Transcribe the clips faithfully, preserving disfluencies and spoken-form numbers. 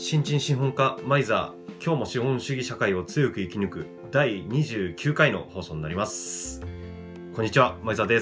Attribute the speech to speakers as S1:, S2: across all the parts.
S1: 新陳資本家マイザー、今日も資本主義社会を強く生き抜くだいにじゅうきゅうかいの放送になります。こんにちは、マイザーです、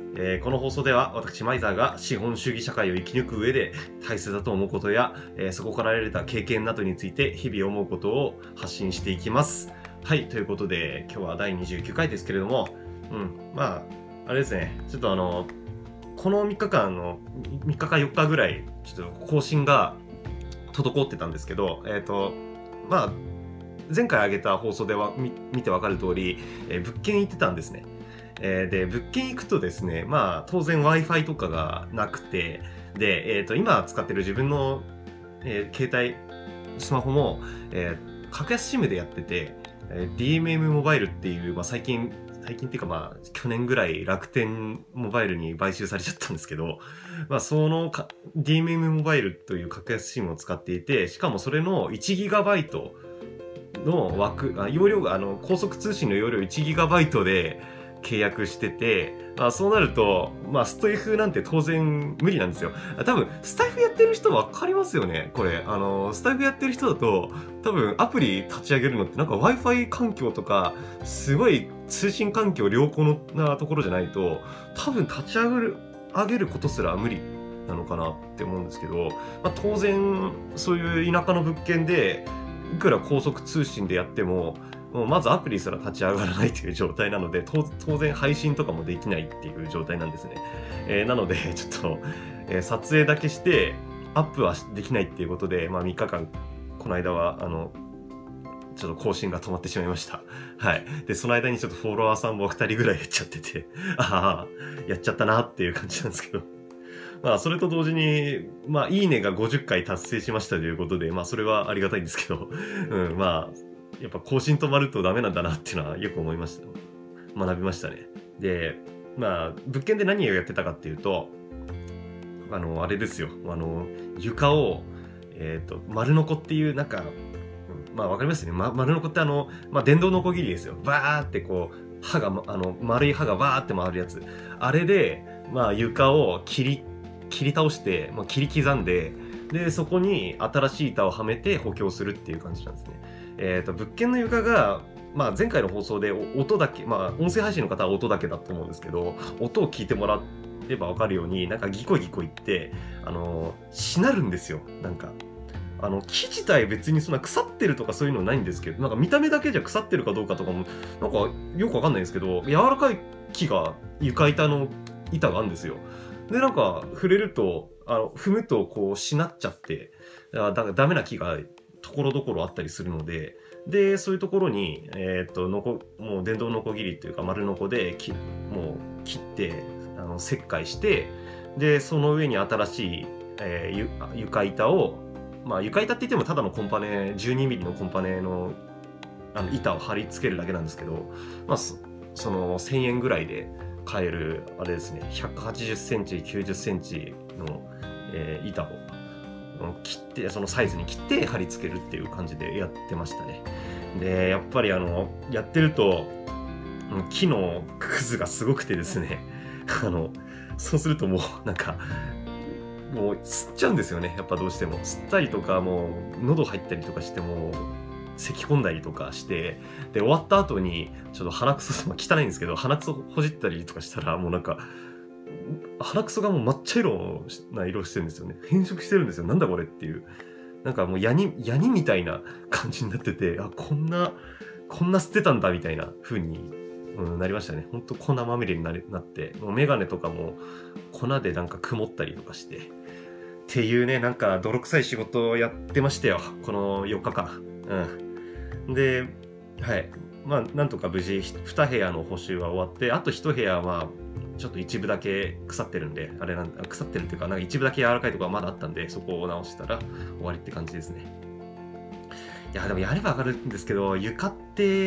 S1: えー、この放送では私マイザーが資本主義社会を生き抜く上で大切だと思うことや、えー、そこから得られた経験などについて日々思うことを発信していきます。はい、ということで今日はだいにじゅうきゅうかいですけれども、うん、まああれですね、ちょっとあのこのみっかかんのみっかかよっかぐらいちょっと更新が滞ってたんですけど、えっとまあ前回上げた放送では見見てわかる通り、えー、物件行ってたんですね。えー、で物件行くとですね、まあ当然 Wi-Fi とかがなくて、で、えー、と今使ってる自分の、えー、携帯スマホも、えー、格安 SIM でやってて、えー、ディーエムエム モバイルっていう、まあ、最近最近っていうかまあ去年ぐらい楽天モバイルに買収されちゃったんですけど、まあその ディーエムエム モバイルという格安 SIM を使っていて、しかもそれの いちギガバイト の枠、あ容量があの高速通信の容量 いちギガバイト で契約してて、まあそうなると、まあスタイフなんて当然無理なんですよ。多分、スタイフやってる人わかりますよね、これ。あの、スタイフやってる人だと、多分アプリ立ち上げるのってなんか Wi-Fi 環境とか、すごい通信環境良好なところじゃないと、多分立ち上げる、上げることすら無理なのかなって思うんですけど、まあ当然、そういう田舎の物件で、いくら高速通信でやっても、もうまずアプリすら立ち上がらないという状態なので、当然配信とかもできないっていう状態なんですね。えー、なので、ちょっと、えー、撮影だけして、アップはできないっていうことで、まあみっかかん、この間は、あの、ちょっと更新が止まってしまいました。はい。で、その間にちょっとフォロワーさんもふたりぐらいやっちゃってて、ああ、やっちゃったなっていう感じなんですけど。まあ、それと同時に、まあ、いいねがごじゅっかい達成しましたということで、まあ、それはありがたいんですけど、うん、まあ、やっぱ更新止まるとダメなんだなっていうのはよく思いました。学びましたね。で、まあ、物件で何をやってたかっていうと、あの、あれですよ。あの、床を、えっと、丸ノコっていう、なんか、まあ、わかりますね。ま、丸ノコってあの、まあ、電動ノコギリですよ。バーってこう、刃が、あの、丸い刃がバーって回るやつ。あれで、まあ、床を切り、切り倒して、まあ、切り刻んで、で、そこに新しい板をはめて補強するっていう感じなんですね。えっと、物件の床が、まあ、前回の放送で音だけ、まあ、音声配信の方は音だけだと思うんですけど、音を聞いてもらえばわかるように、なんかギコギコ言って、あの、しなるんですよ。なんか。あの、木自体別にそんな腐ってるとかそういうのないんですけど、なんか見た目だけじゃ腐ってるかどうかとかも、なんかよくわかんないんですけど、柔らかい木が床板の板があるんですよ。で、なんか触れると、あの、踏むとこうしなっちゃって、だからダメな木がところどころあったりするので、で、そういうところに、えっと、のこ、もう電動ノコギリというか丸ノコでき、もう切って、あの、切開して、で、その上に新しい、えー、床板を、まあ床板って言ってもただのコンパネ、じゅうにミリのコンパネの、あの板を貼り付けるだけなんですけど、まあ、そ, そのせんえんぐらいで買える、あれですね、ひゃくはちじゅっセンチ、きゅうじゅっセンチの、えー、板を切って、そのサイズに切って貼り付けるっていう感じでやってましたね。で、やっぱりあの、やってると、木のくずがすごくてですね、あの、そうするともうなんか、もう吸っちゃうんですよね、やっぱどうしても。吸ったりとか、もう喉入ったりとかしても、咳込んだりとかして、で、終わった後に、ちょっと鼻くそ、まあ、汚いんですけど、鼻くそほじったりとかしたら、もうなんか、鼻くそがもう抹茶色な色してるんですよね。変色してるんですよ。なんだこれっていう。なんかもうヤニ、ヤニみたいな感じになってて、あ、こんな、こんな吸ってたんだみたいな風に、うん、なりましたね。ほんと粉まみれにななって、もうメガネとかも粉でなんか曇ったりとかして、っていうね、なんか泥臭い仕事をやってましたよ。このよっかかん。うん。で、はい。まあ、なんとか無事、に部屋の補修は終わって、あといち部屋は、ちょっと一部だけ腐ってるんで、あれなんだ、腐ってるっていうか、なんか一部だけ柔らかいところはまだあったんで、そこを直したら終わりって感じですね。いや、でもやればわかるんですけど、床って、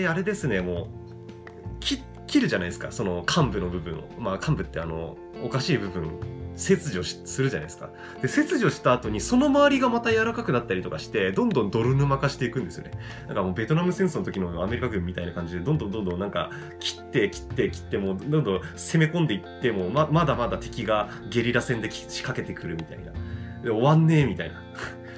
S1: あれですね、もう、切、切るじゃないですか、その幹部の部分を。まあ、幹部ってあの、おかしい部分、切除するじゃないですか。で、切除した後にその周りがまた柔らかくなったりとかして、どんどん泥沼化していくんですよね。なんかもうベトナム戦争の時のアメリカ軍みたいな感じで、どんどんどんどんなんか切って切って切っても、どんどん攻め込んでいっても、ま、まだまだ敵がゲリラ戦で仕掛けてくるみたいな。で、終わんねえみたいな。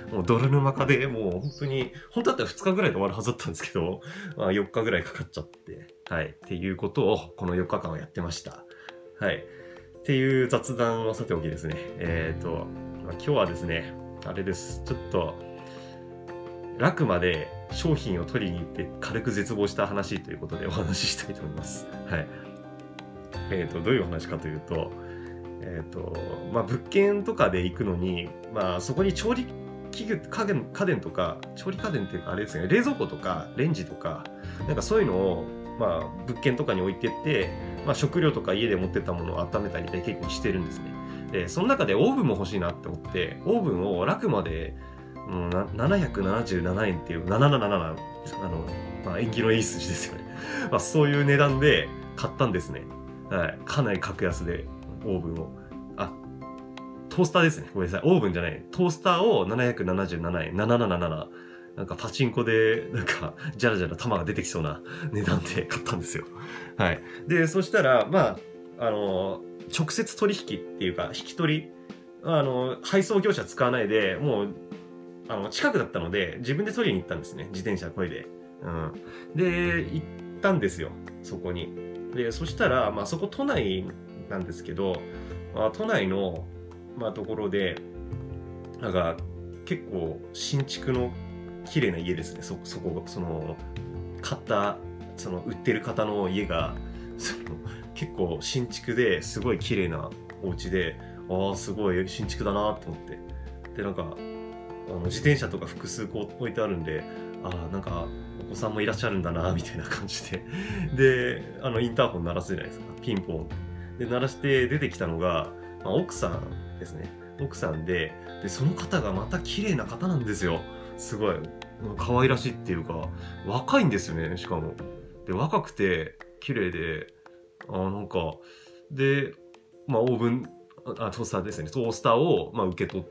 S1: もう泥沼化で、もう本当に、本当だったらふつかぐらいで終わるはずだったんですけど、まあ、よっかぐらいかかっちゃって、はい。っていうことを、このよっかかんはやってました。はい。っていう雑談はさておきですね。えっと、まあ、今日はですね、あれです。ちょっと、ラクマで商品を取りに行って軽く絶望した話ということでお話ししたいと思います。はい。えっと、どういう話かというと、えっと、まあ、物件とかで行くのに、まあ、そこに調理器具、家電、家電とか、調理家電っていうか、あれですね、冷蔵庫とか、レンジとか、なんかそういうのを、まあ、物件とかに置いてって、まあ、食料とか家で持ってったものを温めたりで結構してるんですね。で、その中でオーブンも欲しいなって思って、オーブンをラクマで、うん、なななひゃくななじゅうななえんっていう、なななななな、あの、まあ、縁起のいい数字ですよね。まあ、そういう値段で買ったんですね。はい。かなり格安で、オーブンを。あ、トースターですね。ごめんなさい。オーブンじゃない。トースターをななひゃくななじゅうななえん、なななななな。なんかパチンコで、なんか、じゃらじゃら玉が出てきそうな値段で買ったんですよ。はい。で、そしたら、まあ、あの、直接取引っていうか、引き取り、あの、配送業者使わないで、もう、あの、近くだったので、自分で取りに行ったんですね。自転車こいで。うん。で、行ったんですよ。そこに。で、そしたら、まあ、そこ都内なんですけど、まあ、都内の、まあ、ところで、なんか、結構、新築の綺麗な家ですね。そ、そこ、その、買った、その、売ってる方の家が、その、結構新築ですごい綺麗なお家で、ああ、すごい新築だなと思って。で、なんか、あの自転車とか複数こう置いてあるんで、ああ、なんか、お子さんもいらっしゃるんだな、みたいな感じで。で、あの、インターホン鳴らすじゃないですか。ピンポン。で、鳴らして出てきたのが、まあ、奥さんですね。奥さんで、で、その方がまた綺麗な方なんですよ。すごい。可愛らしいっていうか、若いんですよね、しかも。で、若くて、綺麗で、あなんか、で、まあ、オーブン、あ、トースターですね。トースターを、まあ、受け取って、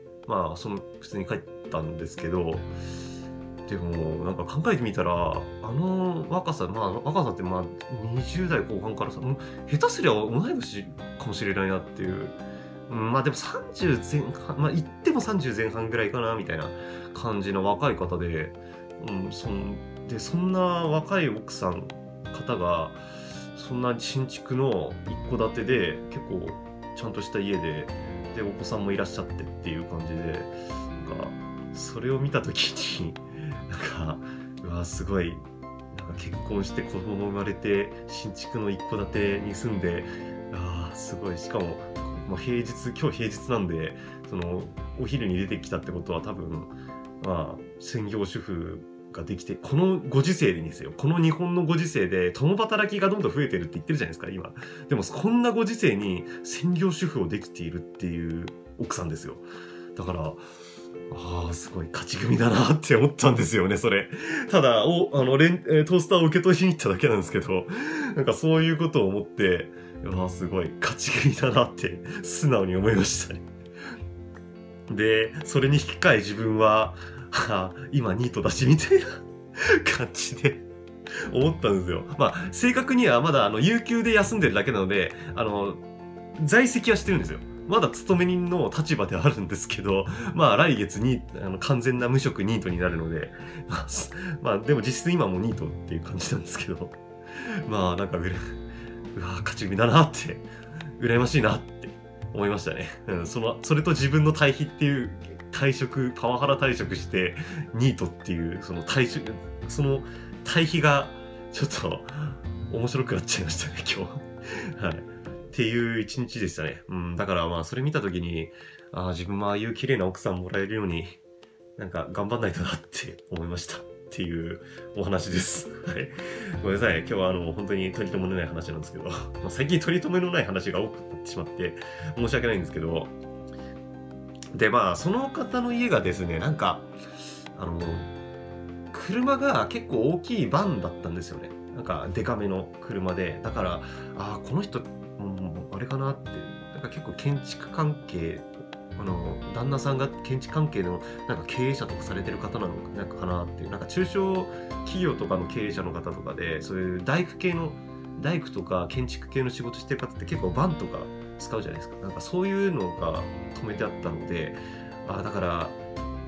S1: まあ、その、普通に帰ったんですけど、でも、なんか考えてみたら、あの若さ、まあ、若さってまあ、にじゅう代後半からさ、もう下手すりゃ同い年かもしれないなっていう。うん、まあでもさんじゅう前半、まあ言ってもさんじゅう前半ぐらいかな、みたいな感じの若い方で、うん、そんで、そんな若い奥さん、方が、そんな新築の一戸建てで、結構ちゃんとした家で、で、お子さんもいらっしゃってっていう感じで、なんか、それを見たときに、なんか、うわ、すごい、なんか結婚して子供生まれて、新築の一戸建てに住んで、ああ、すごい、しかも、まあ、平日、今日平日なんで、その、お昼に出てきたってことは多分、まあ、専業主婦ができて、このご時世でですよ。この日本のご時世で、共働きがどんどん増えてるって言ってるじゃないですか、今。でも、こんなご時世に専業主婦をできているっていう奥さんですよ。だから、ああ、すごい勝ち組だなって思ったんですよね、それ。ただ、お、あの、レン、えートースターを受け取りに行っただけなんですけど、なんかそういうことを思って、ああ、すごい勝ち組だなって素直に思いましたね。で、それに引き換え自分は、はあ、今ニートだし、みたいな感じで思ったんですよ。まあ、正確にはまだ、あの、有給で休んでるだけなので、あの、在籍はしてるんですよ。まだ勤め人の立場ではあるんですけど、まあ来月にあの完全な無職ニートになるので、まあ、まあでも実質今もニートっていう感じなんですけど、まあなんかうら、うわ勝ち組だなって、羨ましいなって思いましたね。うん、その、それと自分の対比っていう、退職、パワハラ退職して、ニートっていう、その退職、その対比がちょっと面白くなっちゃいましたね、今日。はい。っていう一日でしたね。うん、だからまあそれ見たときに、ああ、自分もああいう綺麗な奥さんもらえるように、なんか頑張んないとなって思いました。っていうお話です。はい。ごめんなさい。今日はあの、本当に取り留めのない話なんですけど、まあ、最近取り留めのない話が多くなってしまって、申し訳ないんですけど、で、まあ、その方の家がですね、なんか、あの、車が結構大きいバンだったんですよね。なんか、デカめの車で。だから、ああ、この人、うん、あれかなって、なんか結構建築関係、あの、旦那さんが建築関係のなんか経営者とかされてる方なのかなんかかなっていう、なんか中小企業とかの経営者の方とかで、そういう大工系の、大工とか建築系の仕事してる方って結構バンとか使うじゃないですか。なんかそういうのが止めてあったので、あだから、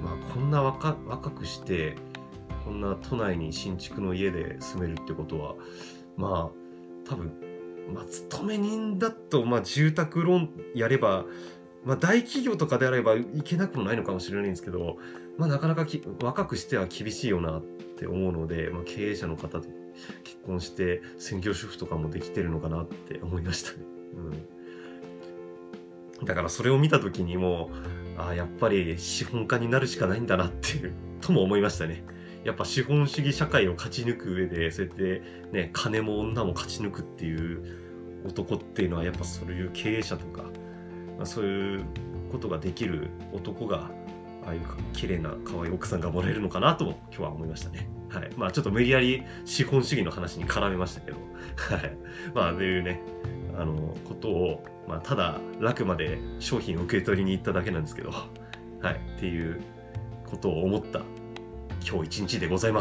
S1: まあこんな若若くしてこんな都内に新築の家で住めるってことは、まあ多分、まあ勤め人だと、まあ住宅ローンやれば、まあ大企業とかであればいけなくもないのかもしれないんですけど、まあなかなかき若くしては厳しいよなって思うので、まあ経営者の方と結婚して専業主婦とかもできてるのかなって思いましたね。うん。だからそれを見た時にもう、ああ、やっぱり資本家になるしかないんだなっていう、とも思いましたね。やっぱ資本主義社会を勝ち抜く上で、そうやってね、金も女も勝ち抜くっていう男っていうのは、やっぱそういう経営者とか、まあ、そういうことができる男が、ああいう綺麗な可愛い奥さんがもらえるのかなとも今日は思いましたね。はい。まあちょっと無理やり資本主義の話に絡めましたけど、はい。まあそういうね、あの、ことを、まあただ楽まで商品を受け取りに行っただけなんですけど、はい。っていうことを思った今日一日でございます。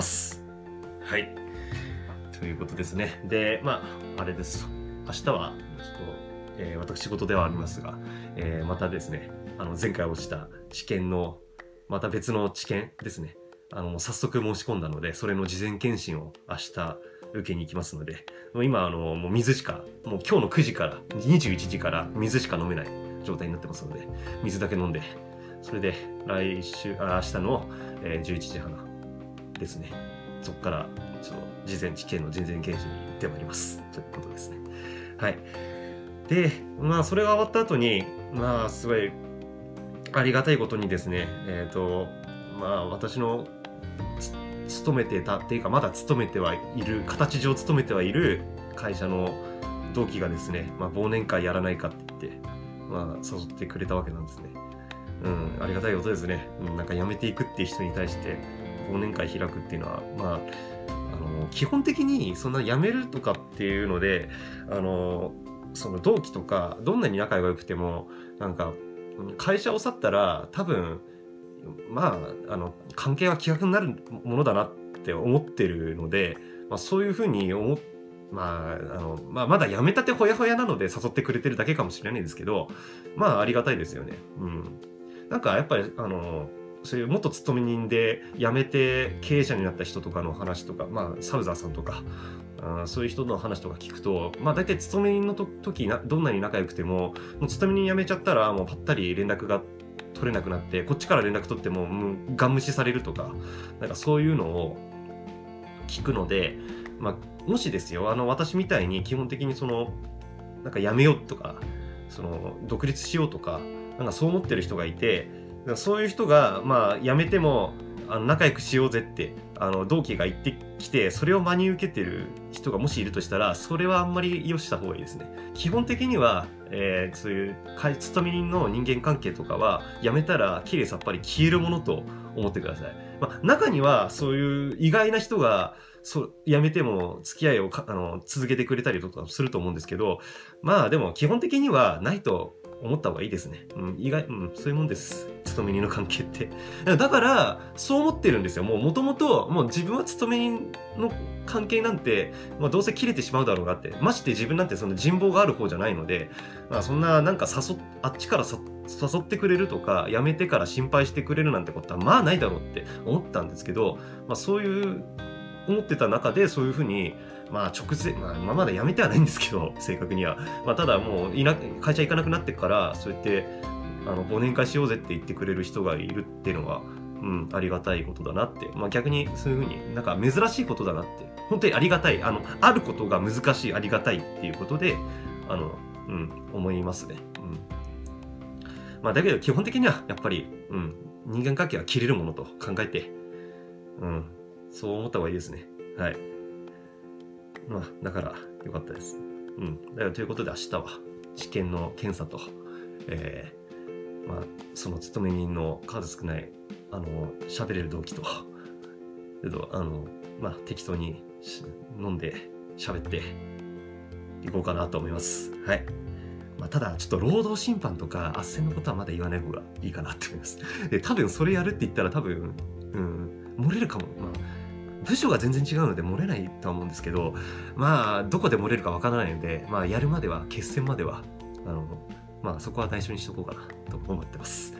S1: はい。ということですね。で、まあ、あれです。明日は、ちょっと、えー、私事ではありますが、えー、またですね、あの、前回落ちた治験の、また別の治験ですね。あの、早速申し込んだので、それの事前検診を明日受けに行きますので、もう今、あの、もう水しか、もう今日のくじから、にじゅういちじから水しか飲めない状態になってますので、水だけ飲んで、それで来週、あ、明日の、えー、じゅういちじはんですね。そこからちょっと事前治験の事前検診に行ってまいりますということですね。はい。で、まあそれが終わった後に、まあすごいありがたいことにですね、えっと、まあ私の勤めてたっていうか、まだ勤めてはいる、形上勤めてはいる会社の同期がですね、まあ忘年会やらないかって言って、まあ誘ってくれたわけなんですね。うん、ありがたいことですね。うん、なんか辞めていくっていう人に対して、忘年会開くっていうのは、まあ、あの基本的にそんな辞めるとかっていうので、あのその同期とかどんなに仲が良くてもなんか会社を去ったら多分まああの関係は希薄になるものだなって思ってるので、まあ、そういうふうに思っまあ、あの、まあ、まだ辞めたてほやほやなので誘ってくれてるだけかもしれないんですけど、まあ、ありがたいですよね。うん。なんか、やっぱり、あの、そういう元勤め人で辞めて経営者になった人とかの話とか、まあ、サウザーさんとか、あそういう人の話とか聞くと、まあ、大体勤め人のと時な、どんなに仲良くても、もう勤め人辞めちゃったら、もうぱったり連絡が取れなくなって、こっちから連絡取っても、もうガン無視されるとか、なんかそういうのを聞くので、まあ、もしですよ、あの、私みたいに基本的にその、なんか辞めようとか、その、独立しようとか、なんかそう思ってる人がいて、そういう人が、まあ、辞めても、あの、仲良くしようぜって、あの、同期が言ってきて、それを真に受けてる人がもしいるとしたら、それはあんまり良した方がいいですね。基本的には、えー、そういう、勤め人の人間関係とかは、辞めたら、きれいさっぱり消えるものと思ってください。まあ、中には、そういう意外な人が、そう、辞めても付き合いをかあの続けてくれたりとかすると思うんですけど、まあでも基本的にはないと思った方がいいですね。うん、意外、うん、そういうもんです。勤め人の関係って。だから、そう思ってるんですよ。もう元々、もう自分は勤め人の関係なんて、まあどうせ切れてしまうだろうなって。まして自分なんてその人望がある方じゃないので、まあそんななんか誘っ、あっちからさ誘ってくれるとか、辞めてから心配してくれるなんてことはまあないだろうって思ったんですけど、まあそういう、思ってた中でそういうふうに、まあ直前、まあ、まあまだ辞めてはないんですけど、正確には。まあただもういな、会社行かなくなってから、そうやって、あの、忘年会しようぜって言ってくれる人がいるっていうのは、うん、ありがたいことだなって。まあ逆にそういうふうになんか珍しいことだなって。本当にありがたい。あの、あることが難しい、ありがたいっていうことで、あの、うん、思いますね。うん。まあだけど基本的にはやっぱり、うん、人間関係は切れるものと考えて、うん。そう思った方がいいですね。はい。まあ、だから、よかったです。うん。だからということで、明日は、試験の検査と、えー、まあ、その勤め人の数少ない、あの、喋れる同期と、けど、あの、まあ、適当に飲んで、喋って、いこうかなと思います。はい。まあ、ただ、ちょっと労働審判とか、斡旋のことはまだ言わない方がいいかなって思います。で、多分それやるって言ったら、多分、うん、漏れるかも。まあ部署が全然違うので漏れないとは思うんですけど、まあ、どこで漏れるかわからないので、まあ、やるまでは、決戦までは、あの、まあ、そこは内緒にしとこうかなと思ってます。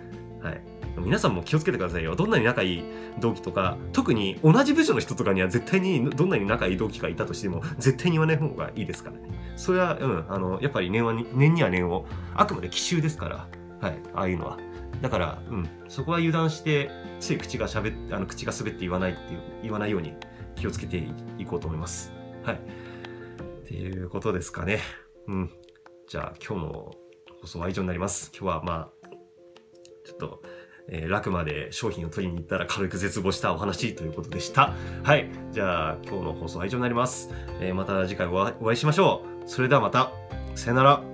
S1: はい。皆さんも気をつけてくださいよ。どんなに仲いい同期とか、特に同じ部署の人とかには絶対にどんなに仲いい同期がいたとしても絶対に言わない方がいいですからね。それは、うん、あの、やっぱり念はに、念には念を。あくまで奇襲ですから。はい、ああいうのは。だから、うん、そこは油断して、つい口が喋って、あの、口が滑って言わないっていう、言わないように気をつけていこうと思います。はい。っていうことですかね。うん。じゃあ、今日の放送は以上になります。今日はまあ、ちょっと、えー、楽まで商品を取りに行ったら軽く絶望したお話ということでした。はい。じゃあ、今日の放送は以上になります。えー、また次回お会いしましょう。それではまた。さよなら。